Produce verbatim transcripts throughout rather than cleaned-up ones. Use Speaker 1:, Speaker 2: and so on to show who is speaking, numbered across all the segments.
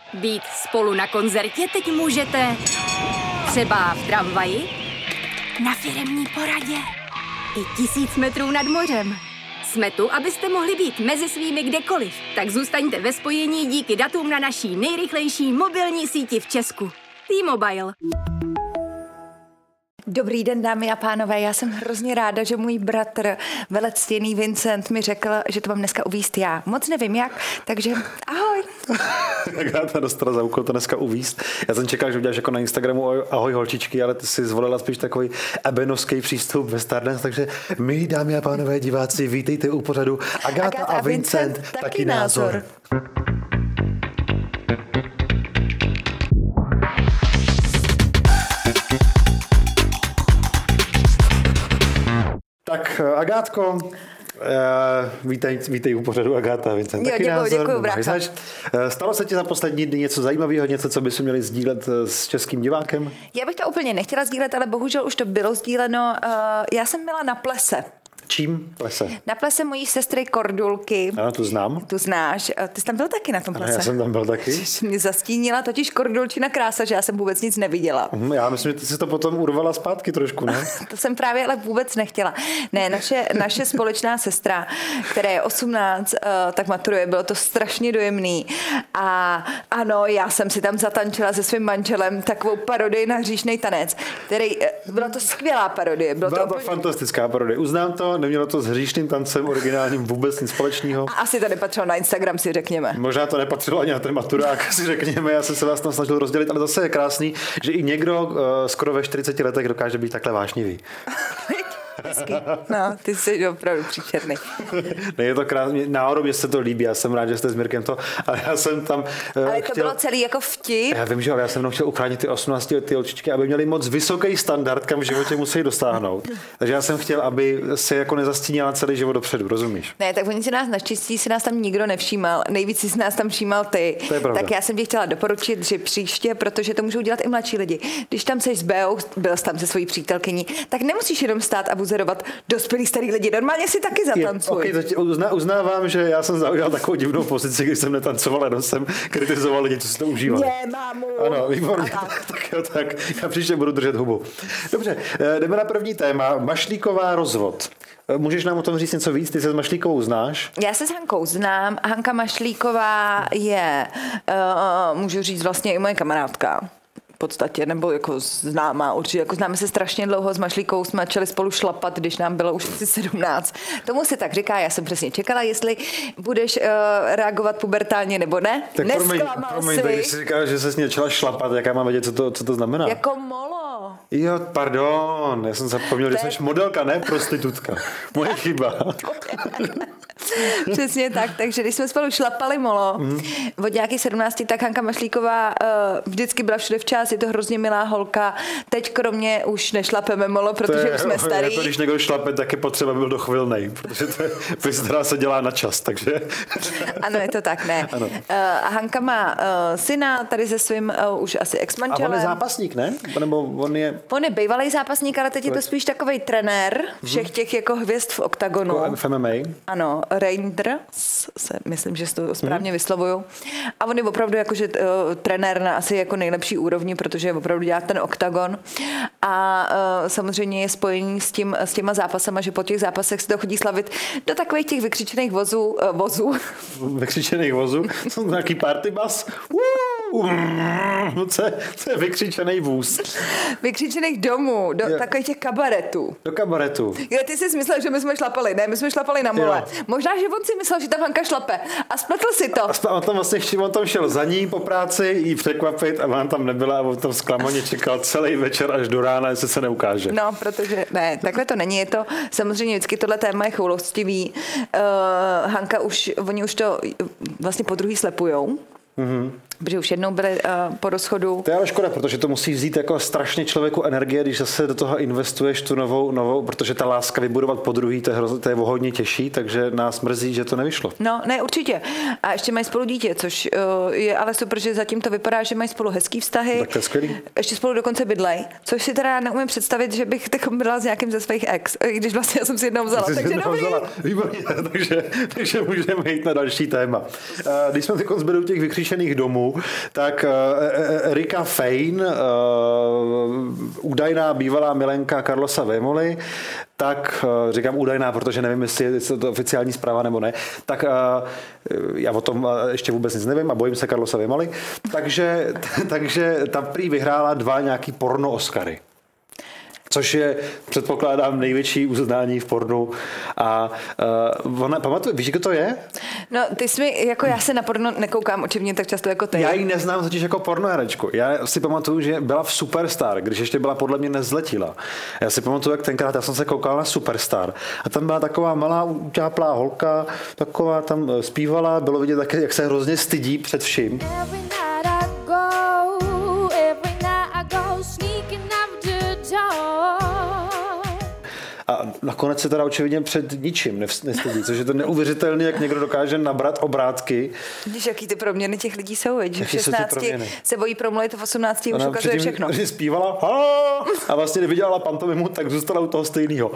Speaker 1: Být spolu na koncertě teď můžete třeba v tramvaji, na firemní poradě i tisíc metrů nad mořem. Jsme tu, abyste mohli být mezi svými kdekoliv. Tak zůstaňte ve spojení díky datům na naší nejrychlejší mobilní síti v Česku. T-Mobile.
Speaker 2: Dobrý den, dámy a pánové, já jsem hrozně ráda, že můj bratr, velectěný Vincent, mi řekl, že to mám dneska uvízt já. Moc nevím jak, takže ahoj.
Speaker 3: Agáta dostala za úkol to dneska uvízt. Já jsem čekal, že uděláš jako na Instagramu ahoj holčičky, ale ty si zvolila spíš takový ebenovský přístup ve Stardance, takže my, dámy a pánové diváci, vítejte u pořadu Agáta, Agáta a Vincent, Vincent taky, taky názor. názor. Tak Agátko, uh, vítej, vítej u pořadu Agáta, Vincent.
Speaker 2: Jo,
Speaker 3: taky
Speaker 2: děkuju,
Speaker 3: názor.
Speaker 2: děkuju, brácha.
Speaker 3: Stalo se ti za poslední dny něco zajímavého, něco, co bychom měli sdílet s českým divákem?
Speaker 2: Já bych to úplně nechtěla sdílet, ale bohužel už to bylo sdíleno. Uh, já jsem byla na plese.
Speaker 3: Čím plese?
Speaker 2: Na plese mojí sestry Kordulky.
Speaker 3: Ano, tu znám.
Speaker 2: Tu znáš. Ty jsi tam byl taky na tom plese?
Speaker 3: Ano, já jsem tam byl taky.
Speaker 2: Mě zastínila totiž Kordulčina krása, že já jsem vůbec nic neviděla.
Speaker 3: Já myslím, že ty jsi to potom urvala zpátky trošku, ne?
Speaker 2: To jsem právě ale vůbec nechtěla. Ne, naše, naše společná sestra, která je osmnáct, tak maturuje, bylo to strašně dojemný. A ano, já jsem si tam zatančila se svým manželem takovou parodii na Hříšnej tanec, který, byla to skvělá parodie. Bylo
Speaker 3: byla
Speaker 2: to,
Speaker 3: to úplně... fantastická parodie. Uznám to, nemělo to s Hříšným tancem originálním vůbec nic společného.
Speaker 2: A asi to nepatřilo na Instagram, si řekněme.
Speaker 3: Možná to nepatřilo ani na ten maturák, si řekněme. Já jsem se vás tam snažil rozdělit, ale zase je krásný, že i někdo uh, skoro ve čtyřiceti letech dokáže být takhle vášnivý.
Speaker 2: Hezky. No, ty jsi opravdu příšerný.
Speaker 3: Ne, je to krásně, náhodou mě se to líbí, já jsem rád, že jste s Mirkem to, ale já jsem tam uh,
Speaker 2: Ale to
Speaker 3: chtěl...
Speaker 2: bylo celý jako vtip.
Speaker 3: Já vím, že ale já jsem jenom chtěl uchránit ty osmnáctileté holčičky, aby měli moc vysoký standard, kam v životě musí dostáhnout. Takže já jsem chtěl, aby se jako nezastínila celý život dopředu, rozumíš?
Speaker 2: Ne, tak oni si nás naštěstí, si nás tam nikdo nevšímal. Nejvíc si nás tam všímal ty.
Speaker 3: To je pravda.
Speaker 2: Tak já jsem ti chtěla doporučit, že příště, protože to můžou dělat i mladší lidi. Když tam seš s Beou, byl jsi tam se svojí přítelkyní, tak nemusíš jenom stát a buzerovat dospělý starý lidi. Normálně si taky zatancuj.
Speaker 3: Okay, to tě, uzná, uznávám, že já jsem zaujal takovou divnou pozici, když jsem netancoval, jenom jsem kritizoval lidi, co si to užívali.
Speaker 2: Ne, mámu.
Speaker 3: Ano, výborně. Tak. tak jo, tak. Já příště budu držet hubu. Dobře, jdeme na první téma. Mašlíková rozvod. Můžeš nám o tom říct něco víc? Ty se s Mašlíkovou znáš?
Speaker 2: Já se s Hankou znám. Hanka Mašlíková je, uh, můžu říct, vlastně i moje kamarádka. V podstatě, nebo jako známá, určitě, jako známe se strašně dlouho, s Mašlíkou jsme začali spolu šlapat, když nám bylo už asi sedmnáct. Tomu se tak říká, já jsem přesně čekala, jestli budeš uh, reagovat pubertálně nebo ne.
Speaker 3: Tak
Speaker 2: Nesklamal
Speaker 3: promiň,
Speaker 2: si.
Speaker 3: Tak když jsi říkala, že jsi začala šlapat, jak já mám vědět, co to, co to znamená?
Speaker 2: Jako molo.
Speaker 3: Jo, pardon, já jsem zapomněl, že jsi modelka, ne prostitutka. Moje chyba.
Speaker 2: Přesně tak, takže když jsme spolu šlapali molo mm. od nějakých sedmnácti, tak Hanka Mašlíková uh, vždycky byla všude včas, je to hrozně milá holka. Teď kromě už nešlapeme molo, protože
Speaker 3: je,
Speaker 2: už jsme starý.
Speaker 3: Jako když někdo šlape, tak je potřeba, aby byl dochvilnej, protože to je věc, která se dělá na čas, takže...
Speaker 2: Ano, je to tak, ne.
Speaker 3: Ano.
Speaker 2: Uh, Hanka má uh, syna tady se svým uh, už asi ex-manželem.
Speaker 3: A on je zápasník, ne? Nebo on je...
Speaker 2: On je bývalý zápasník, ale teď je to spíš takovej trenér všech těch jako hvězd v oktagonu.
Speaker 3: Jako v M M A.
Speaker 2: Ano, Reinders, se, myslím, že to správně hmm. vyslovuju. A on je opravdu jakože uh, trenér na asi jako nejlepší úrovni, protože opravdu dělá ten oktagon. A uh, samozřejmě je spojený s, tím, s těma zápasama, že po těch zápasech se to chodí slavit do takových těch vykřičených vozů. Uh, vozů.
Speaker 3: Vykřičených vozů? Jsou nějaký party bus? Co je, co je vykřičený vůz?
Speaker 2: Vykřičených domů, do yeah. takových těch kabaretů.
Speaker 3: Do kabaretu.
Speaker 2: Jo, ty jsi myslel, že my jsme šlapali. Ne, my jsme šlapali na mole. Jo. Možná, že on si myslel, že tam Hanka šlape. A spletl si to.
Speaker 3: A on tam vlastně on tam šel za ní po práci, jí překvapit a on tam nebyla a on tam zklamaně čekal celý večer až do rána, jestli se neukáže.
Speaker 2: No, protože ne, takhle to není. Je to samozřejmě vždycky tohle téma je choulostivý. Uh, Hanka už, oni už to vlastně po druhý slepujou. Mm-hmm. Protože už jednou byli uh, po rozchodu.
Speaker 3: To je ale škoda, protože to musí vzít jako strašně člověku energie, když zase do toho investuješ tu novou, novou, protože ta láska vybudovat po druhý, to je, hroz, to je hodně těžší, takže nás mrzí, že to nevyšlo.
Speaker 2: No, ne, určitě. A ještě mají spolu dítě, což uh, je ale super, že zatím to vypadá, že mají spolu hezký vztahy.
Speaker 3: Tak to je skvělý.
Speaker 2: Ještě spolu dokonce bydlej, což si teda neumím představit, že bych takom byla s nějakým ze svých ex, když vlastně já jsem si jednou vzala.
Speaker 3: Jsi
Speaker 2: takže dobrý.
Speaker 3: Vzala. Výborně, takže, takže můžeme jít na další téma. Když jsme teď zbyli u těch vykřičených domů, pornu, tak uh, Erika Fein, uh, údajná bývalá milenka Carlosa Vémoly, tak uh, říkám údajná, protože nevím, jestli je to oficiální zpráva nebo ne, tak uh, já o tom ještě vůbec nic nevím a bojím se Carlosa Vémoly, takže, takže ta prý vyhrála dva nějaký porno Oscary. Což je, předpokládám, největší uznání v pornu. A uh, ona, pamatuju, víš, kdo to je?
Speaker 2: No, ty jsi mi, jako já se na porno nekoukám očivně tak často jako ty.
Speaker 3: Já ji neznám totiž jako pornoherečku. Já si pamatuju, že byla v Superstar, když ještě byla podle mě nezletila. Já si pamatuju, jak tenkrát já jsem se koukal na Superstar. A tam byla taková malá utáplá holka, taková tam zpívala, bylo vidět také, jak se hrozně stydí před vším. A nakonec se teda očividně před ničím nestydí, což je to neuvěřitelné, jak někdo dokáže nabrat obrátky.
Speaker 2: Víš, jaký ty proměny těch lidí jsou, že v šestnácti se bojí promluvit, v osmnácti už ukazuje všechno.
Speaker 3: Když zpívala a vlastně nevydělala pantomimu, tak zůstala u toho stejného.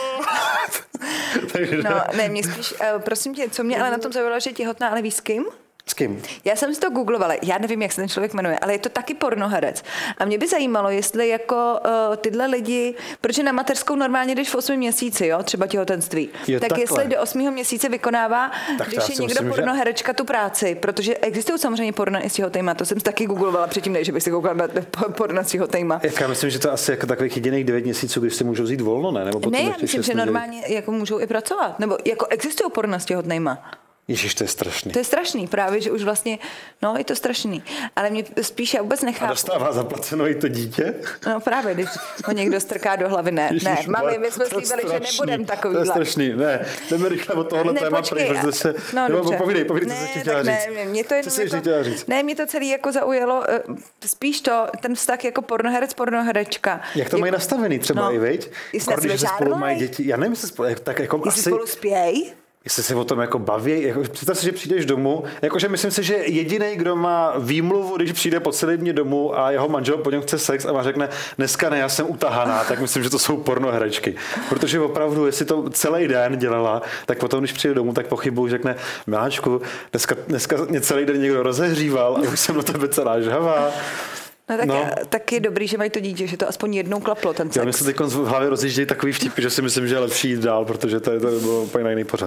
Speaker 2: Takže... No, ne, mě spíš, prosím tě, co mě ale na tom zaujalo, že je těhotná, ale víš s kým?
Speaker 3: S kým?
Speaker 2: Já jsem si to googlovala, já nevím, jak se ten člověk jmenuje, ale je to taky pornoherec. A mě by zajímalo, jestli jako uh, tyhle lidi, protože na mateřskou normálně jdeš v osmi měsíci, jo, třeba těhotenství,
Speaker 3: je
Speaker 2: tak
Speaker 3: takhle.
Speaker 2: Jestli do osmého měsíce vykonává, tak když je někdo myslím, pornoherečka že... tu práci, protože existují samozřejmě porno i s těhotejma, to jsem taky googlovala předtím, než bych si koukala na porno s těhotejma.
Speaker 3: Já myslím, že to asi jako takových jediných devět měsíců, když si můžou vzít volno, ne? Nebo
Speaker 2: ne, já myslím, že normálně jako můžou i pracovat, nebo jako existují porno s těhotejma.
Speaker 3: Ježiš, to je strašný.
Speaker 2: To je strašný, právě, že už vlastně, no, je to strašný. Ale mě spíš já vůbec nechápu.
Speaker 3: A dostává zaplaceno i to dítě?
Speaker 2: No právě, když ho někdo strká do hlavy, ne. Ježiš, ne, mami, my jsme slíbili, že nebudem takový.
Speaker 3: To je strašný, ne. Jdeme rychle od tohohle téma, protože se...
Speaker 2: No,
Speaker 3: nebo povídej, povídej, co jsi ještě chtěla říct.
Speaker 2: Ne, mě to jenom
Speaker 3: jako, chtěla říct?
Speaker 2: Ne, mě to celý jako zaujalo, spíš to, ten vztah jako pornoherec, pornoherečka.
Speaker 3: Jak to mají nastavený třeba
Speaker 2: no,
Speaker 3: i, viď? Když se spolu mají děti, já nevím, jestli spolu, tak jako
Speaker 2: asi... spolu spějí?
Speaker 3: Jestli se o tom jako baví, jako, představ si, že přijdeš domů, jakože myslím si, že jediný, kdo má výmluvu, když přijde po celý dně domů a jeho manžel po něm chce sex a má řekne, dneska ne, já jsem utahaná, tak myslím, že to jsou pornoherečky. Protože opravdu, jestli to celý den dělala, tak potom, když přijde domů, tak pochybuju, řekne, miláčku, dneska, dneska mě celý den někdo rozehříval a už jsem do tebe celá žhavá.
Speaker 2: No tak, no. tak je dobrý, že mají to dítě, že to aspoň jednou klaplo ten sex.
Speaker 3: Já mi se teď v hlavě rozjíždějí takový vtipky, že si myslím, že je lepší jít dál, protože to, je, to bylo úplně na jiný pořad.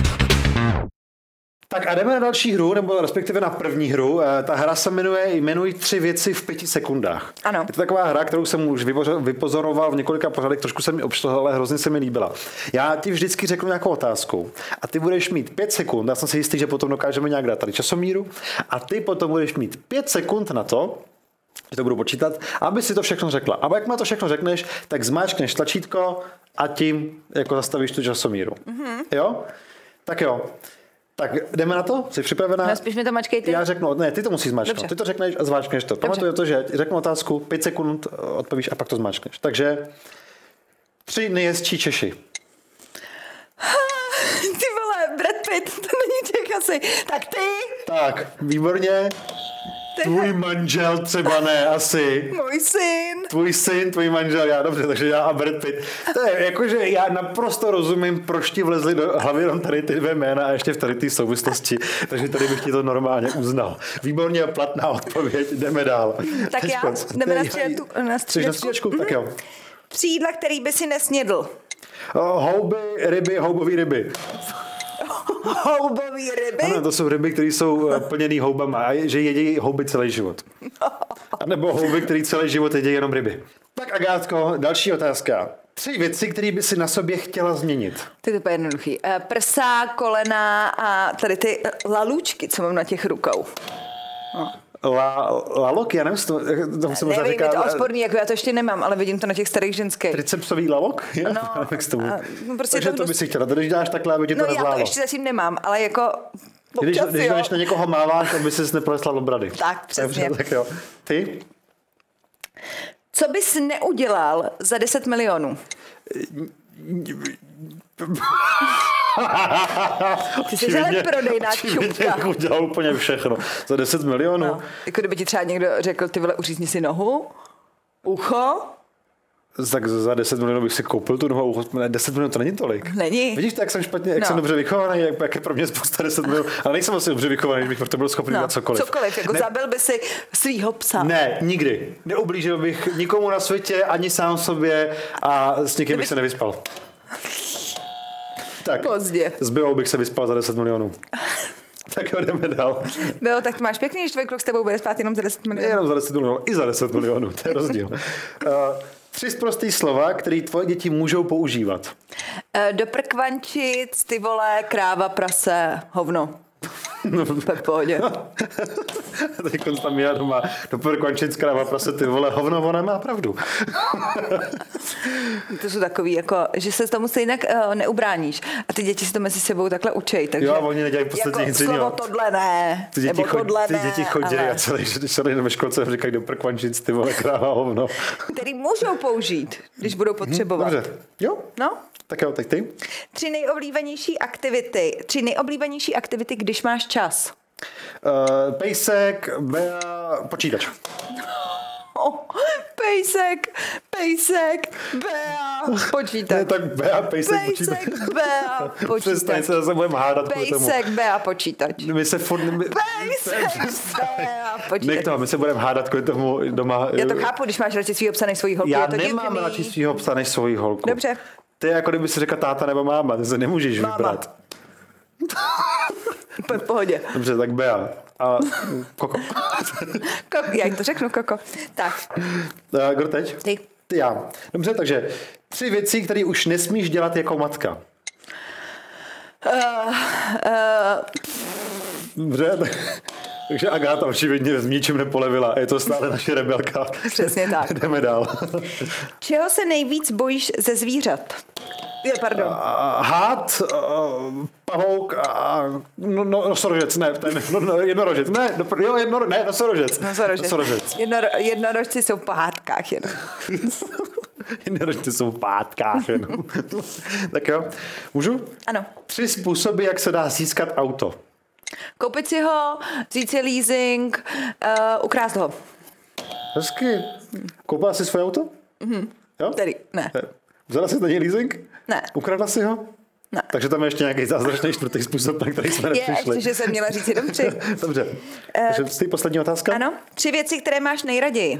Speaker 3: Tak a jdeme na další hru, nebo respektive na první hru. Ta hra se jmenuje Jmenuj tři věci v pěti sekundách.
Speaker 2: Ano.
Speaker 3: Je to taková hra, kterou jsem už vypozoroval v několika pořadech, trošku se mi obšla, ale hrozně se mi líbila. Já ti vždycky řeknu nějakou otázku a ty budeš mít pět sekund, já jsem si jistý, že potom dokážeme nějak dát tady časomíru, a ty potom budeš mít pět sekund na to, že to budu počítat, aby si to všechno řekla. A jak má to všechno řekneš, tak zmáčkneš tlačítko a tím jako zastavíš tu časomíru. Mm-hmm. Jo? Tak jo. Tak jdeme na to? Jsi připravená?
Speaker 2: No, spíš mi to mačkej ty.
Speaker 3: Já řeknu, ne, ty to musíš zmáčknout. Dobře. Ty to řekneš a zmáčkneš to. Pamatuju to, že řeknu otázku, pět sekund odpovíš a pak to zmáčkneš. Takže tři nejhezčí Češi.
Speaker 2: Ty vole, Brad Pitt, to není těch asi. Tak ty.
Speaker 3: Tak, výborně. Tvůj manžel třeba ne, asi.
Speaker 2: Můj syn.
Speaker 3: Tvůj syn, tvůj manžel, já dobře, takže já a Brad Pitt. To je jakože já naprosto rozumím, proč ti vlezli do hlavy jenom tady ty dvě jména a ještě v tady té souvislosti, takže tady bych ti to normálně uznal. Výborně platná odpověď, jdeme dál.
Speaker 2: Tak já, jdeme na střídačku. Na střídačku?
Speaker 3: Tak jo.
Speaker 2: Tři jídla, který by si nesnědl.
Speaker 3: Houby, ryby, houbový ryby.
Speaker 2: Houbový ryby?
Speaker 3: Ano, to jsou ryby, které jsou plněný houbama a že jedí houby celý život. A nebo houby, který celý život jedí jenom ryby. Tak Agátko, další otázka. Tři věci, které by si na sobě chtěla změnit.
Speaker 2: To je to jednoduchý. Prsa, kolena a tady ty lalůčky, co mám na těch rukou. No.
Speaker 3: La, lalok, já nevím, to, to se možná
Speaker 2: nevím,
Speaker 3: říká...
Speaker 2: je to osporný, jako já to ještě nemám, ale vidím to na těch starých ženských.
Speaker 3: Tricepsový lalok? Já,
Speaker 2: no,
Speaker 3: a, no
Speaker 2: prostě
Speaker 3: takže to, to by si chtěla, když dáš takhle, aby ti to
Speaker 2: no,
Speaker 3: nezvládlo.
Speaker 2: No já to ještě zatím nemám, ale jako...
Speaker 3: Když, když jdeš na někoho máváš, aby ses neplesla do brady.
Speaker 2: Tak, přesně.
Speaker 3: Tak jo. Ty?
Speaker 2: Co bys neudělal za deset milionů? Ty jsi ale prodejná čupka.
Speaker 3: Udělal úplně všechno. Za deset milionů. No.
Speaker 2: Jako kdyby ti třeba někdo řekl, ty vole, uřízni si nohu, ucho.
Speaker 3: Tak za deset milionů bych si koupil tu novou, ne, deset milionů to není tolik.
Speaker 2: Není.
Speaker 3: Vidíš, jak jsem špatně, jak
Speaker 2: No.
Speaker 3: jsem dobře vychovaný, jak, jak je pro mě spousta deset milionů, ale nejsem asi dobře vychovaný, že bych proto byl schopný
Speaker 2: No,
Speaker 3: dělat cokoliv.
Speaker 2: cokoliv, jako
Speaker 3: ne,
Speaker 2: zabil by si svýho psa.
Speaker 3: ne, nikdy. Neublížil bych nikomu na světě, ani sám sobě a s nikým bych se nevyspal. Tak,
Speaker 2: Pozdě.
Speaker 3: s Bylou bych se vyspal za deset milionů. Tak jo, jdeme dál.
Speaker 2: Bylo, tak máš pěkný, že tvůj kluk s tebou bude spát jenom za deset milionů.
Speaker 3: Jenom za deset milionů, i za deset milionů, to je rozdíl. Uh, tři zprostý slova, které tvoje děti můžou používat.
Speaker 2: Uh, doprkvančic, ty vole, kráva, prase, hovno. No, v pohodě.
Speaker 3: Teď tam já doma do prkvančic, kráva, prase, ty vole, hovno, ona má pravdu.
Speaker 2: To jsou takový, jako, že se tomu stejně uh, neubráníš. A ty děti si to mezi sebou takhle učej. Takže,
Speaker 3: Jo, a oni nedělají v podstatě
Speaker 2: jako
Speaker 3: nic
Speaker 2: slovo
Speaker 3: jiného.
Speaker 2: tohle ne,
Speaker 3: Ty děti,
Speaker 2: nebo
Speaker 3: chod,
Speaker 2: tohle
Speaker 3: ty
Speaker 2: ne,
Speaker 3: děti chodí
Speaker 2: ale,
Speaker 3: a celý, celý den ve školce říkají do prkvančic, ty vole, kráva, hovno.
Speaker 2: který můžou použít, když budou potřebovat.
Speaker 3: Dobře, jo,
Speaker 2: No?
Speaker 3: tak jo, teď ty.
Speaker 2: Tři nejoblíbenější aktivity. Tři nejoblíbenější aktivity, když máš čas.
Speaker 3: Uh, pejsek, Bea, počítač.
Speaker 2: Oh, pejsek, pejsek, Bea, počítač.
Speaker 3: Ne, tak Bea, pejsek, počítač.
Speaker 2: Pejsek, Bea,
Speaker 3: Přestaň
Speaker 2: počítač.
Speaker 3: se, zase budeme hádat kvůli tomu.
Speaker 2: Pejsek, Bea, počítač.
Speaker 3: My se furt... My,
Speaker 2: Pejsek, Bea,
Speaker 3: Nech
Speaker 2: počítač.
Speaker 3: to, my se budeme hádat kvůli tomu doma.
Speaker 2: Já to chápu, když máš radši svýho psa než svojí holku.
Speaker 3: Já
Speaker 2: je to
Speaker 3: nemám
Speaker 2: divný.
Speaker 3: radši svýho psa než svoji holku.
Speaker 2: Dobře.
Speaker 3: To je jako kdyby si řekla táta nebo máma, ty se nemůžeš
Speaker 2: Máma.
Speaker 3: vybrat.
Speaker 2: Úplně v pohodě.
Speaker 3: Dobře, tak Bea. A Koko.
Speaker 2: Koko, já jim to řeknu, Koko. Tak,
Speaker 3: A kdo teď?
Speaker 2: ty.
Speaker 3: Ty já. Dobře, takže tři věci, které už nesmíš dělat jako matka.
Speaker 2: Uh, uh,
Speaker 3: Dobře, tak, takže Agáta očividně s ničím nepolevila. Je to stále naše rebelka.
Speaker 2: Přesně tak.
Speaker 3: Jdeme dál.
Speaker 2: Čeho se nejvíc bojíš ze zvířat? Je, pardon.
Speaker 3: A hád, a, pavouk a no, no, nosorožec, ne, ten, no, no, jednorožec, ne, no, jo, jedno, ne, nosorožec.
Speaker 2: Nosorožec.
Speaker 3: nosorožec.
Speaker 2: Jednoro, jednorožci jsou v pohádkách jenom.
Speaker 3: Jednorožci jsou v pátkách jenom. Tak jo, můžu?
Speaker 2: Ano.
Speaker 3: Tři způsoby, jak se dá získat auto.
Speaker 2: Koupit si ho, vzít si leasing, uh, ukrást ho.
Speaker 3: Hezky. Koupila jsi svoje auto?
Speaker 2: Mhm.
Speaker 3: Jo?
Speaker 2: Tedy, ne.
Speaker 3: Vzala jsi na něj leasing?
Speaker 2: Ne.
Speaker 3: Ukradla si ho?
Speaker 2: Ne.
Speaker 3: Takže tam je ještě nějaký zázračný čtvrtý způsob, na který jsme
Speaker 2: Je,
Speaker 3: nepřišli.
Speaker 2: ještě, že jsem měla říct jenom tři.
Speaker 3: Dobře. Takže jsi poslední otázka?
Speaker 2: Ano, tři věci, které máš nejraději.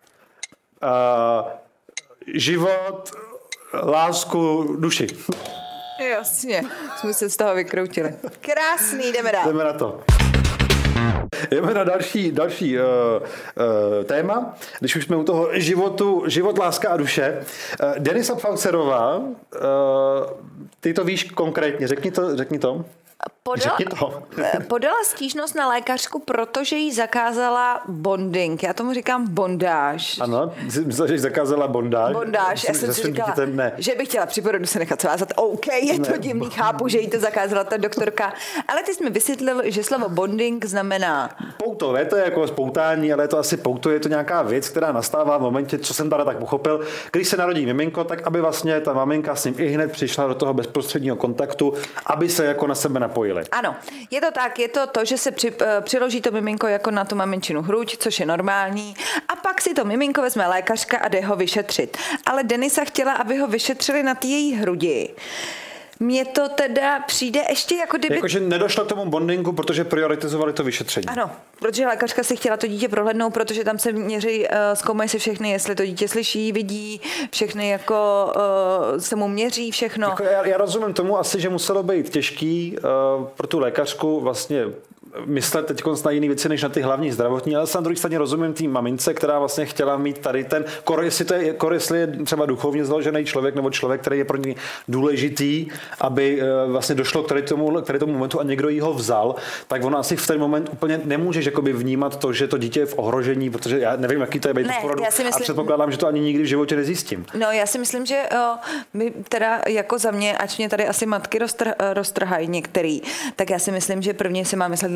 Speaker 3: Uh, život, lásku, duši.
Speaker 2: Jasně, jsme se z toho vykroutili. Krásný, jdeme dál.
Speaker 3: Jdeme na to. Jdeme na další, další uh, uh, téma, když už jsme u toho životu, život, láska a duše. Uh, Denisa Pfaucerová, uh, ty to víš konkrétně, řekni to, řekni to.
Speaker 2: Podala,
Speaker 3: Řekni to.
Speaker 2: podala stížnost na lékařku, protože jí zakázala bonding. Já tomu říkám bondáž.
Speaker 3: Ano, jsi myslel, že jsi zakázala bondáž.
Speaker 2: Bondáž, já jsem si říkala,
Speaker 3: ne.
Speaker 2: že bych chtěla při porodu se nechat svázat. OK, je to
Speaker 3: Ne.
Speaker 2: divný, chápu, že jí to zakázala ta doktorka. Ale ty jsi mi vysvětlil, že slovo bonding znamená...
Speaker 3: Pouto, ne, to je jako spoutání, ale je to asi pouto, je to nějaká věc, která nastává v momentě, co jsem tady tak pochopil, když se narodí miminko, tak aby vlastně ta maminka s ním i hned přišla do toho bezprostředního kontaktu, aby se jako na sebe napojili.
Speaker 2: Ano, je to tak, je to to, že se při, uh, přiloží to miminko jako na tu maminčinu hruď, což je normální, a pak si to miminko vezme lékařka a jde ho vyšetřit. Ale Denisa chtěla, aby ho vyšetřili na té její hrudi. Mně to teda přijde ještě jako kdyby...
Speaker 3: Jakože nedošlo k tomu bondingu, protože prioritizovali to vyšetření.
Speaker 2: Ano, protože lékařka si chtěla to dítě prohlédnout, protože tam se měří, uh, zkoumají se všechny, jestli to dítě slyší, vidí, všechny jako uh, se mu měří všechno.
Speaker 3: Jako já, já rozumím tomu asi, že muselo být těžký uh, pro tu lékařku vlastně myslet teď na jiné věci, než na ty hlavní zdravotní, ale se na druhé straně rozumím té mamince, která vlastně chtěla mít tady ten, kor, jestli, to je, kor, jestli je třeba duchovně založený člověk nebo člověk, který je pro ní důležitý, aby uh, vlastně došlo k tady tomu, k tady tomu momentu a někdo jí ho vzal, tak ona asi v ten moment úplně nemůžeš jakoby vnímat to, že to dítě je v ohrožení, protože já nevím, jaký to je být
Speaker 2: Ne,
Speaker 3: v porodu
Speaker 2: já si myslím-
Speaker 3: a předpokládám, že to ani nikdy v životě nezjistím.
Speaker 2: No, já si myslím, že o, my teda jako za mě, ač mě tady asi matky roztr, roztrhají některý, tak já si myslím, že prvně se má myslet na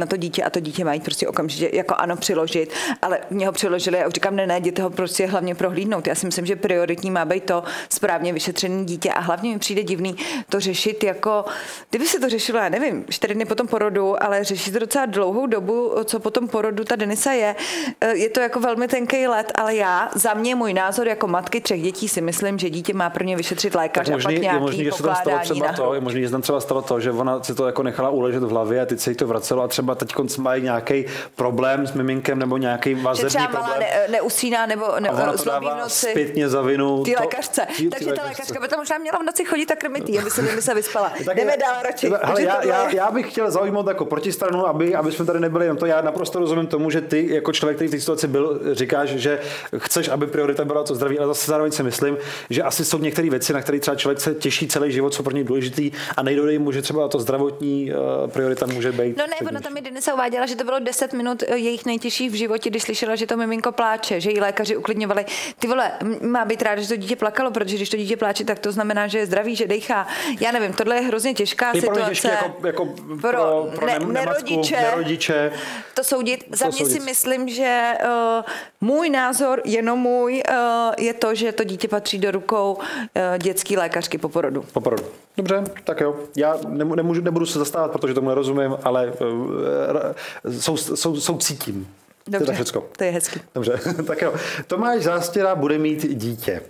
Speaker 2: to dítě a to dítě mají prostě okamžitě jako ano přiložit, ale mě ho přiložili a už říkám, ne, ne, jděte ho prostě hlavně prohlídnout. Já si myslím, že prioritní má být to správně vyšetřený dítě a hlavně mi přijde divný to řešit jako, kdyby se to řešilo, já nevím, čtyři dny po tom porodu, ale řešit to docela dlouhou dobu, co po tom porodu ta Denisa je. Je to jako velmi tenký let, ale já, za mě můj názor jako matky třech dětí si myslím, že dítě má prvně vyšetřit lékař a pak nějaký možný, že se tam stalo
Speaker 3: třeba to, je možný, že tam třeba stalo to, že ona si to jako nechala uležet v hlavě a teď se jí to vracelo a třeba teď mají nějaký problém s miminkem nebo nějaký vazební problém.
Speaker 2: Ne, neusíná nebo ne,
Speaker 3: zlobí v noci. Zpětně za vinu.
Speaker 2: Ty lékařce. Tí, Takže ta lékařka by to možná měla v noci chodit a krmit jí, aby se Denisa vyspala. Jdeme dál radši.
Speaker 3: Hele, já, já, já, bych chtěl zaujmout jako protistranu, aby, aby jsme tady nebyli jenom to. Já naprosto rozumím tomu, že ty jako člověk, který v té situaci byl, říkáš, že chceš, aby priorita byla to zdraví, ale zase zároveň si myslím, že asi jsou některé věci, na které třeba člověk se těší celý život, jsou pro něj důležitý a nejdojde mu, že třeba to zdravotní uh, priorita může být.
Speaker 2: No ne, ona tam mi Denisa uváděla, že to bylo deset minut jejich nejtěžších v životě, když slyšela, že to miminko pláče, že jí lékaři uklidňovali. Ty vole, má být ráda, že to dítě plakalo, protože když to dítě pláče, tak to znamená, že je zdravý, že dejchá. Já nevím, tohle je hrozně těžká
Speaker 3: je
Speaker 2: situace.
Speaker 3: Těžké jako, jako pro,
Speaker 2: pro,
Speaker 3: pro
Speaker 2: ne,
Speaker 3: nematku,
Speaker 2: nerodiče,
Speaker 3: nerodiče.
Speaker 2: To soudit. Za
Speaker 3: to
Speaker 2: mě
Speaker 3: soudit.
Speaker 2: si myslím, že uh, můj názor, jenom můj, uh, je to, že to dítě patří do rukou uh, dětský lékařky po porodu.
Speaker 3: Po porodu. Dobře, tak jo. Já nemůžu, nebudu se zastávat, protože tomu nerozumím, ale uh, sou, sou, sou cítím.
Speaker 2: Dobře,
Speaker 3: to je všecko.
Speaker 2: To je hezky.
Speaker 3: Dobře, tak jo. Tomáš Zástěra bude mít dítě.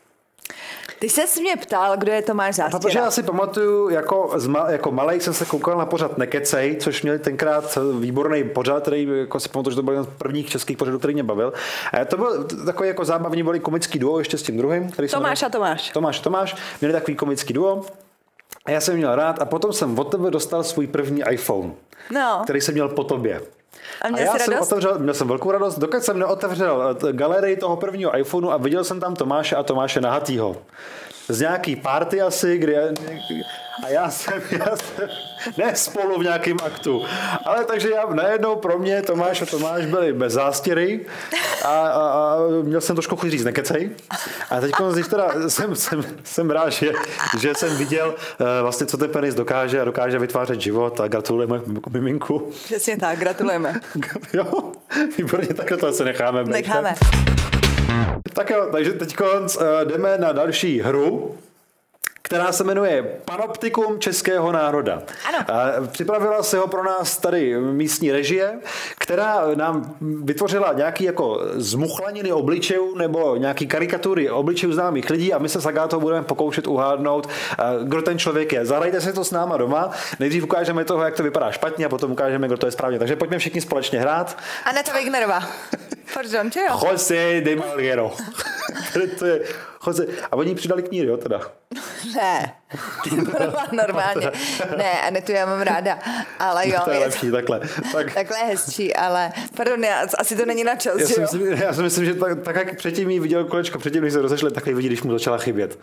Speaker 2: Ty ses mě ptal, kdo je Tomáš Zástěra.
Speaker 3: Protože já si pamatuju, jako, jako malej jsem se koukal na pořad Nekecej, což měl tenkrát výborný pořad, který jako si pamatuju, že to byl jeden z prvních českých pořadů, který mě bavil. A to byl takový jako zábavný, byli komický duo ještě s tím druhým. Který
Speaker 2: Tomáš
Speaker 3: jsem
Speaker 2: a Tomáš.
Speaker 3: Tomáš a Tomáš. Měli takový komický duo. A já jsem měl rád a potom jsem od tebe dostal svůj první iPhone,
Speaker 2: no.
Speaker 3: který jsem měl po tobě.
Speaker 2: A,
Speaker 3: a já jsem otevřel, měl jsem velkou radost, dokud jsem neotevřel galerii toho prvního iPhoneu a viděl jsem tam Tomáše a Tomáše Nahatýho. Z nějaký party asi, kdy a já jsem, já jsem ne spolu v nějakém aktu, ale takže já najednou pro mě Tomáš a Tomáš byli bez zástěry a, a, a měl jsem trošku chuť říct nekecej. A teď teda jsem, jsem, jsem rád, že, že jsem viděl uh, vlastně, co ten penis dokáže a dokáže vytvářet život a gratulujeme miminku.
Speaker 2: Přesně tak, gratulujeme.
Speaker 3: Jo, výborně, takhle to asi necháme.
Speaker 2: Necháme.
Speaker 3: Tak jo, takže teď jdeme na další hru, která se jmenuje Panoptikum českého národa.
Speaker 2: Ano.
Speaker 3: Připravila se ho pro nás tady místní režie, která nám vytvořila nějaký jako zmuchlaniny obličejů nebo nějaký karikatury obličejů známých lidí a my se s Agátou budeme pokoušet uhádnout, kdo ten člověk je. Zahrajte si to s náma doma, nejdřív ukážeme toho, jak to vypadá špatně a potom ukážeme, kdo to je správně. Takže pojďme všichni společně hrát.
Speaker 2: Aneta Wignerová. Pardon, čo jo?
Speaker 3: José de Malhero. to je Jose. A oni přidali kníry, jo, teda?
Speaker 2: Ne, normálně. Ne, Anetu já mám ráda, ale jo.
Speaker 3: To je
Speaker 2: je
Speaker 3: lepší,
Speaker 2: to,
Speaker 3: takhle. Tak.
Speaker 2: Takhle je hezčí, ale pardon, já, asi to není na čas,
Speaker 3: já,
Speaker 2: že
Speaker 3: si
Speaker 2: jo?
Speaker 3: myslím, já si myslím, že tak, tak jak předtím jí viděl kolečko, předtím, když se rozešli, tak vidí, když mu začala chybět.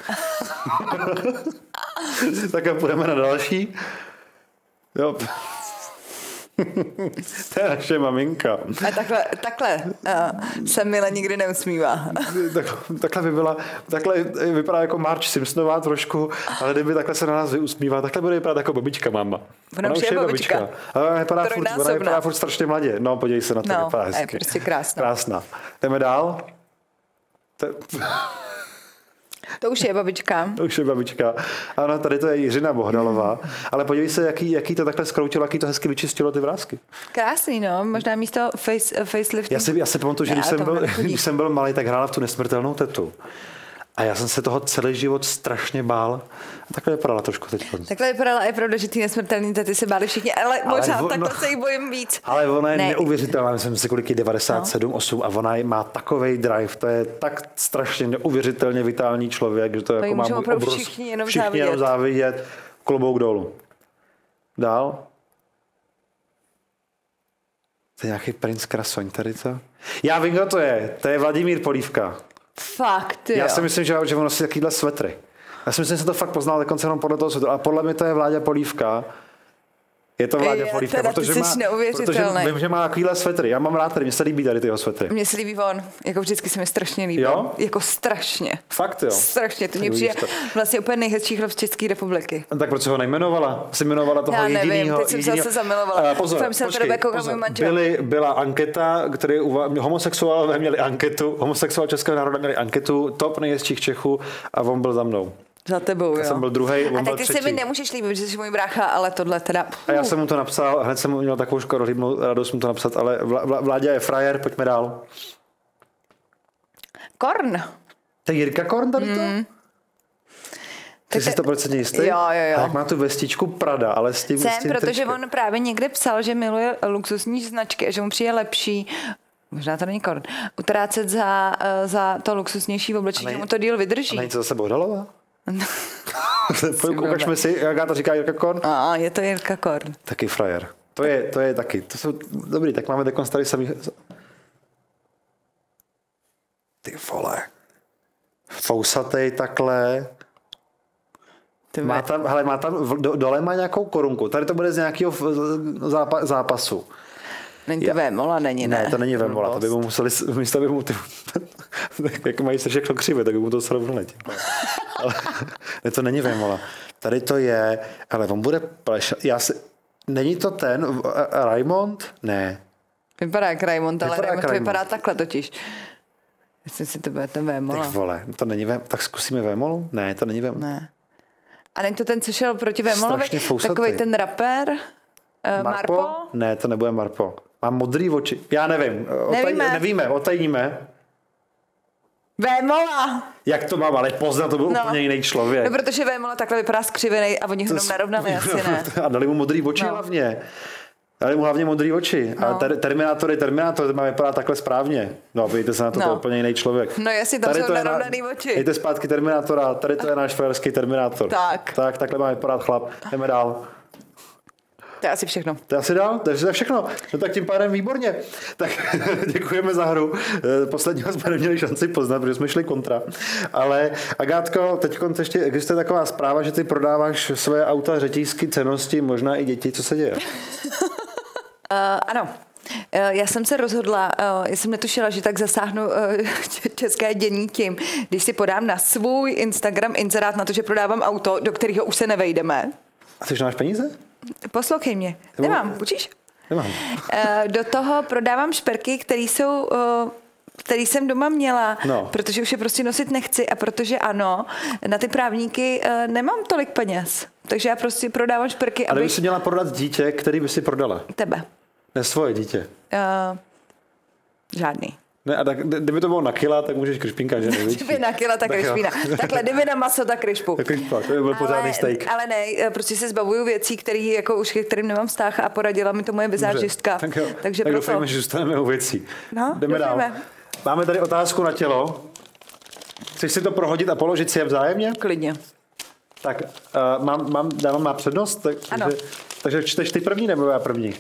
Speaker 3: Tak a půjdeme na další. Jo. To je naše maminka.
Speaker 2: A takhle, takhle uh, se Mile nikdy neusmívá.
Speaker 3: Tak, takhle by byla, takhle vypadá jako Marge Simpsonová trošku, ale kdyby takhle se na nás usmívá, takhle bude vypadat jako babička máma.
Speaker 2: Ona, ona už je babička. babička.
Speaker 3: Ale ona vypadá, furt, ona vypadá furt strašně mladě. No, podívej se na to,
Speaker 2: no,
Speaker 3: vypadá hezky.
Speaker 2: je prostě krásná.
Speaker 3: Krásná. Jdeme dál. To...
Speaker 2: To už je babička.
Speaker 3: To už je babička. Ano, tady to je Jiřina Bohdalová. Ale podívej se, jaký, jaký to takhle skroutilo, jaký to hezky vyčistilo ty vrásky.
Speaker 2: Krásný, no. Možná místo face, facelifting.
Speaker 3: Já si, já si pamatuju, že když jsem, byl, když jsem byl malý, tak hrála v tu nesmrtelnou tetu. A já jsem se toho celý život strašně bál. A takhle vypadala trošku teď.
Speaker 2: Takhle vypadala, je pravda, že ty nesmrtelný tety se báli všichni, ale, ale možná on, takhle no, se jí bojím víc.
Speaker 3: Ale ona je ne. neuvěřitelná, myslím si, kolik je devadesát sedm, osm a ona má takovej drive, to je tak strašně neuvěřitelně vitální člověk, že to, to jako má můj obrovský.
Speaker 2: Všichni jenom
Speaker 3: všichni
Speaker 2: závidět.
Speaker 3: Jenom závidět. Klobouk dolů. Dál. To je nějaký princ Krasoň tady to. Já vím, kdo to je. To je Vladimír Polívka.
Speaker 2: Fakt, jo.
Speaker 3: Já si myslím, že, že on nosí takovýhle svetry. Já si myslím, že jsem to fakt poznal dokonce jenom podle toho svetru. A podle mě to je Vláďa Polívka. Je to Vláďa
Speaker 2: Je,
Speaker 3: Polívka,
Speaker 2: teda,
Speaker 3: protože
Speaker 2: ty
Speaker 3: má,
Speaker 2: jsi
Speaker 3: protože
Speaker 2: neuvěřitelný.
Speaker 3: vím, že má takovýhle svetry. Já mám rád, tady mně se líbí tady tyho svetry.
Speaker 2: Mně se líbí on, jako vždycky se mi strašně líbí.
Speaker 3: Jo?
Speaker 2: Jako strašně.
Speaker 3: Fakt jo?
Speaker 2: Strašně, to mě
Speaker 3: Tak
Speaker 2: přijde
Speaker 3: vidíš to.
Speaker 2: vlastně úplně nejhezčí chlap z České republiky.
Speaker 3: No tak proč ho nejmenovala? Jsi jmenovala toho
Speaker 2: Já nevím,
Speaker 3: jedinýho.
Speaker 2: teď jsem se
Speaker 3: jedinýho-
Speaker 2: zase zamilovala.
Speaker 3: Uh, pozor,
Speaker 2: Jsem se na
Speaker 3: počkej,
Speaker 2: tebe koukám,
Speaker 3: pozor.
Speaker 2: můj manžel.
Speaker 3: Byly, byla anketa, který uva- homosexuálové měli anketu, homosexuál českého národa měli anketu, top nejhezčích Čechů a on byl za mnou.
Speaker 2: Za tebou, jo.
Speaker 3: Já jsem byl druhej, on
Speaker 2: A
Speaker 3: byl
Speaker 2: tak ty
Speaker 3: třetí.
Speaker 2: se mi nemůžeš líbit, že jsi můj brácha, ale tohle teda...
Speaker 3: A já jsem mu to napsal, hned jsem měl takovou škodohlíbnou radost mu to napsat, ale Vla, Vla, Vláďa je frajer, pojďme dál.
Speaker 2: Korn.
Speaker 3: To je Jirka Korn tady to? Mm. Ty jsi sto procent jistý?
Speaker 2: Jo, jo, jo.
Speaker 3: A jak má tu vestičku Prada, ale s tím, s
Speaker 2: Jsem,
Speaker 3: tím
Speaker 2: protože
Speaker 3: tričkem.
Speaker 2: on právě někde psal, že miluje luxusní značky a že mu přijde lepší, možná to není Korn, utrácet za, eh, za to luxusnější oblečení, že mu to díl
Speaker 3: A
Speaker 2: vydrží.
Speaker 3: není to zase Bohdalová? Ukažme si, jak to říká Jirka Korn.
Speaker 2: A je to Jirka Korn.
Speaker 3: Taky frajer. To je, to je taky. To jsou dobrý, tak máme takové tady samý. Ty vole. Fousatej takhle.
Speaker 2: Ty
Speaker 3: Má tam, hele, má tam, v- do, dole má nějakou korunku. Tady to bude z nějakého v- zápa, zápasu.
Speaker 2: Není to
Speaker 3: Já-
Speaker 2: Vémola, není, ne?
Speaker 3: Ne, to není Vémola, to by mu museli, místo by mu ty, jak mají se všechno křivě, tak by mu to srovnali. Ale ne, to není Vémola. Tady to je, ale on bude plešat. Já si, není to ten, uh, Raimond? Ne.
Speaker 2: Vypadá jak Raimond, ale
Speaker 3: Vypadá jak
Speaker 2: Raimond
Speaker 3: Raimond.
Speaker 2: vypadá takhle totiž. Jestli si to bude ten Vémola.
Speaker 3: Ty vole, to není Vém, tak zkusíme Vémolu? Ne, to není Vémola.
Speaker 2: Ne. A není to ten, co šel proti Vémolovi?
Speaker 3: Strašně fousatý.
Speaker 2: Takový ten rapper? Uh, Marpo?
Speaker 3: Ne, to nebude Marpo. Má modrý oči. Já nevím. Otaj,
Speaker 2: Nevíme.
Speaker 3: nevíme, otajníme.
Speaker 2: Vémola!
Speaker 3: Jak to mám, ale poznat, to byl
Speaker 2: No.
Speaker 3: úplně jiný člověk.
Speaker 2: No, protože Vémola takhle vypadá skřivený a oni ho jenom narovnali, asi ne.
Speaker 3: A dali mu modrý oči
Speaker 2: No.
Speaker 3: hlavně. Dali mu hlavně modrý oči. A
Speaker 2: No.
Speaker 3: ter, Terminátor je Terminátor, ten má vypadá takhle správně. No, vidíte se na to,
Speaker 2: No.
Speaker 3: to je úplně jiný člověk.
Speaker 2: No jasně, tam
Speaker 3: Tady
Speaker 2: jsou
Speaker 3: to je
Speaker 2: narovnaný
Speaker 3: na-
Speaker 2: oči.
Speaker 3: Dejte zpátky Terminátora, tady to je náš frajerský Terminátor.
Speaker 2: Tak.
Speaker 3: Tak, takhle má vypadat chlap. Jdeme dál.
Speaker 2: To je asi všechno.
Speaker 3: To je asi dál, takže to je všechno. No tak tím pádem výborně. Tak děkujeme za hru. Eh, Posledního jsme neměli šanci poznat, protože jsme šli kontra. Ale Agátko, teď ještě existuje taková zpráva, že ty prodáváš své auta řetízky cennosti, možná i děti. Co se děje?
Speaker 2: Uh, ano. Uh, Já jsem se rozhodla, uh, já jsem netušila, že tak zasáhnu uh, české dění tím, když si podám na svůj Instagram inzerát na to, že prodávám auto, do kterého už se nevejdeme.
Speaker 3: A ty už nemáš peníze?
Speaker 2: Poslouchej mě. Nemám, učíš?
Speaker 3: Nemám.
Speaker 2: Uh, Do toho prodávám šperky, které jsou... Uh, který jsem doma měla,
Speaker 3: No.
Speaker 2: protože už je prostě nosit nechci a protože ano, na ty právníky uh, nemám tolik peněz. Takže já prostě prodávám šperky,
Speaker 3: Ale by
Speaker 2: abych
Speaker 3: si měla prodat dítě, který by si prodala.
Speaker 2: tebe.
Speaker 3: Ne svoje dítě.
Speaker 2: Uh, žádný.
Speaker 3: Ne, a tak, kdyby to bylo na kila, tak můžeš krišpínka, že nevíš?
Speaker 2: Kdyby na kila, tak
Speaker 3: Tak jo.
Speaker 2: krišpína. Takhle, kdyby na maso, tak krišpu.
Speaker 3: Tak krišpa, to by byl pořádný steak.
Speaker 2: Ale ne, prostě se zbavuju věcí, který, jako už, ke kterým nemám vztah a poradila mi to moje vizážistka.
Speaker 3: Tak jo,
Speaker 2: Takže
Speaker 3: tak
Speaker 2: proto.
Speaker 3: doufejme, že zůstaneme u věcí.
Speaker 2: No,
Speaker 3: Jdeme
Speaker 2: doufejme.
Speaker 3: dál. Máme tady otázku na tělo. Chceš si to prohodit a položit si je vzájemně?
Speaker 2: Klidně.
Speaker 3: Tak, uh, mám, mám, dávám má přednost? Tak,
Speaker 2: Ano.
Speaker 3: takže, takže čteš ty první nebo já první?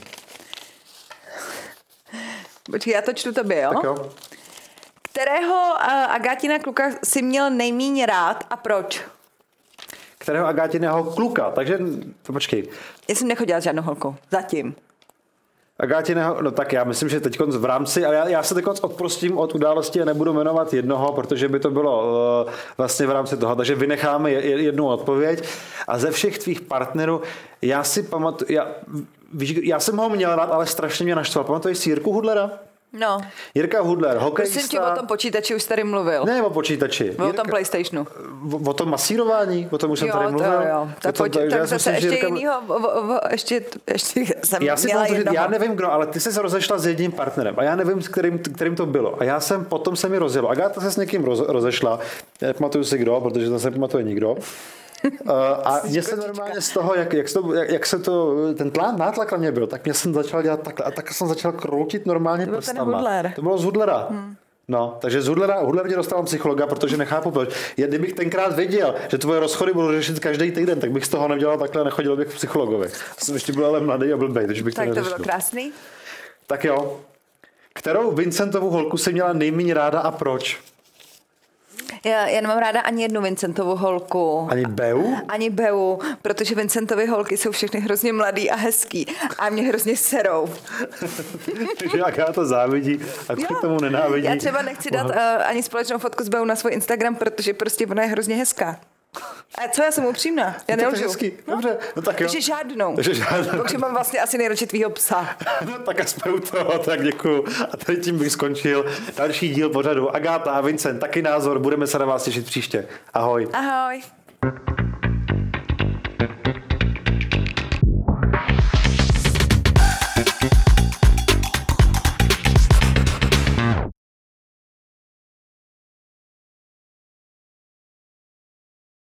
Speaker 2: Počkej, já to čtu tobě, jo?
Speaker 3: Tak jo.
Speaker 2: Kterého uh, Agátina kluka si měl nejmíň rád a proč?
Speaker 3: Kterého Agátiného kluka, takže to počkej.
Speaker 2: Já jsem nechodila s žádnou holkou. Zatím.
Speaker 3: Agátiného, no tak já myslím, že teď v rámci, ale já, já se teď odprostím od události a nebudu jmenovat jednoho, protože by to bylo uh, vlastně v rámci toho, takže vynecháme je, jednu odpověď a ze všech tvých partnerů, já si pamatuju, já, víš, já jsem ho měl rád, ale strašně mě naštval. Pamatuješ si Jirku Hudlera?
Speaker 2: No.
Speaker 3: Jirka Hudler, hokejista.
Speaker 2: Prosím tě, o tom počítači už tady mluvil.
Speaker 3: Ne, o počítači.
Speaker 2: O tom PlayStationu.
Speaker 3: O, o tom masírování, o tom už jsem
Speaker 2: Jo,
Speaker 3: tady
Speaker 2: to
Speaker 3: mluvil.
Speaker 2: jo. Tak,
Speaker 3: O tom-
Speaker 2: pojď,
Speaker 3: takže já
Speaker 2: tak
Speaker 3: si
Speaker 2: zase
Speaker 3: myslím, že
Speaker 2: ještě
Speaker 3: Jirka-
Speaker 2: jinýho, o, o, o, ještě, ještě jsem
Speaker 3: Já si
Speaker 2: měla
Speaker 3: pamatuju, že
Speaker 2: jednoho.
Speaker 3: já nevím kdo, ale ty jsi se rozešla s jedním partnerem a já nevím, s kterým, kterým to bylo. A já jsem, potom se mi rozjelo. Agáta se s někým roz, rozešla, já nepamatuju si kdo, protože to se nepamatuje nikdo. Uh, a mě se normálně z toho, jak, jak, se to, jak, jak se to, ten tlán, nátlak na mě byl, tak mě jsem začal dělat takhle a tak jsem začal kroutit normálně
Speaker 2: To byl ten
Speaker 3: prstama.
Speaker 2: Hudler.
Speaker 3: To bylo z Hudlera. Hmm. No, takže z Hudlera, Hudler mě dostal psychologa, protože nechápu proč. Já, kdybych tenkrát věděl, že tvoje rozchody budu řešit každý týden, tak bych z toho nedělal takhle a nechodil bych k psychologovi. Jsem ještě byl ale mladý a blbej, takže bych
Speaker 2: Tak
Speaker 3: to
Speaker 2: to
Speaker 3: neřešil.
Speaker 2: bylo krásný.
Speaker 3: Tak jo. Kterou Vincentovu holku si měla nejméně ráda a proč?
Speaker 2: Já, já nemám ráda ani jednu Vincentovu holku.
Speaker 3: Ani Beu?
Speaker 2: Ani Beu, protože Vincentovy holky jsou všechny hrozně mladý a hezký a mě hrozně serou.
Speaker 3: Takže Agáta závidí a k tomu nenávidí.
Speaker 2: Já třeba nechci dát uh, ani společnou fotku s Beu na svůj Instagram, protože prostě ona je hrozně hezká. A co, já jsem upřímná, já nelžu.
Speaker 3: No, dobře, no tak jo.
Speaker 2: Takže žádnou.
Speaker 3: Takže žádnou.
Speaker 2: Takže mám vlastně asi nejradši tvýho psa.
Speaker 3: No tak a jsme u toho, tak děkuju. A tady tím bych skončil další díl pořadu. Agáta a Vincent, taky názor, budeme se na vás těšit příště. Ahoj.
Speaker 2: Ahoj.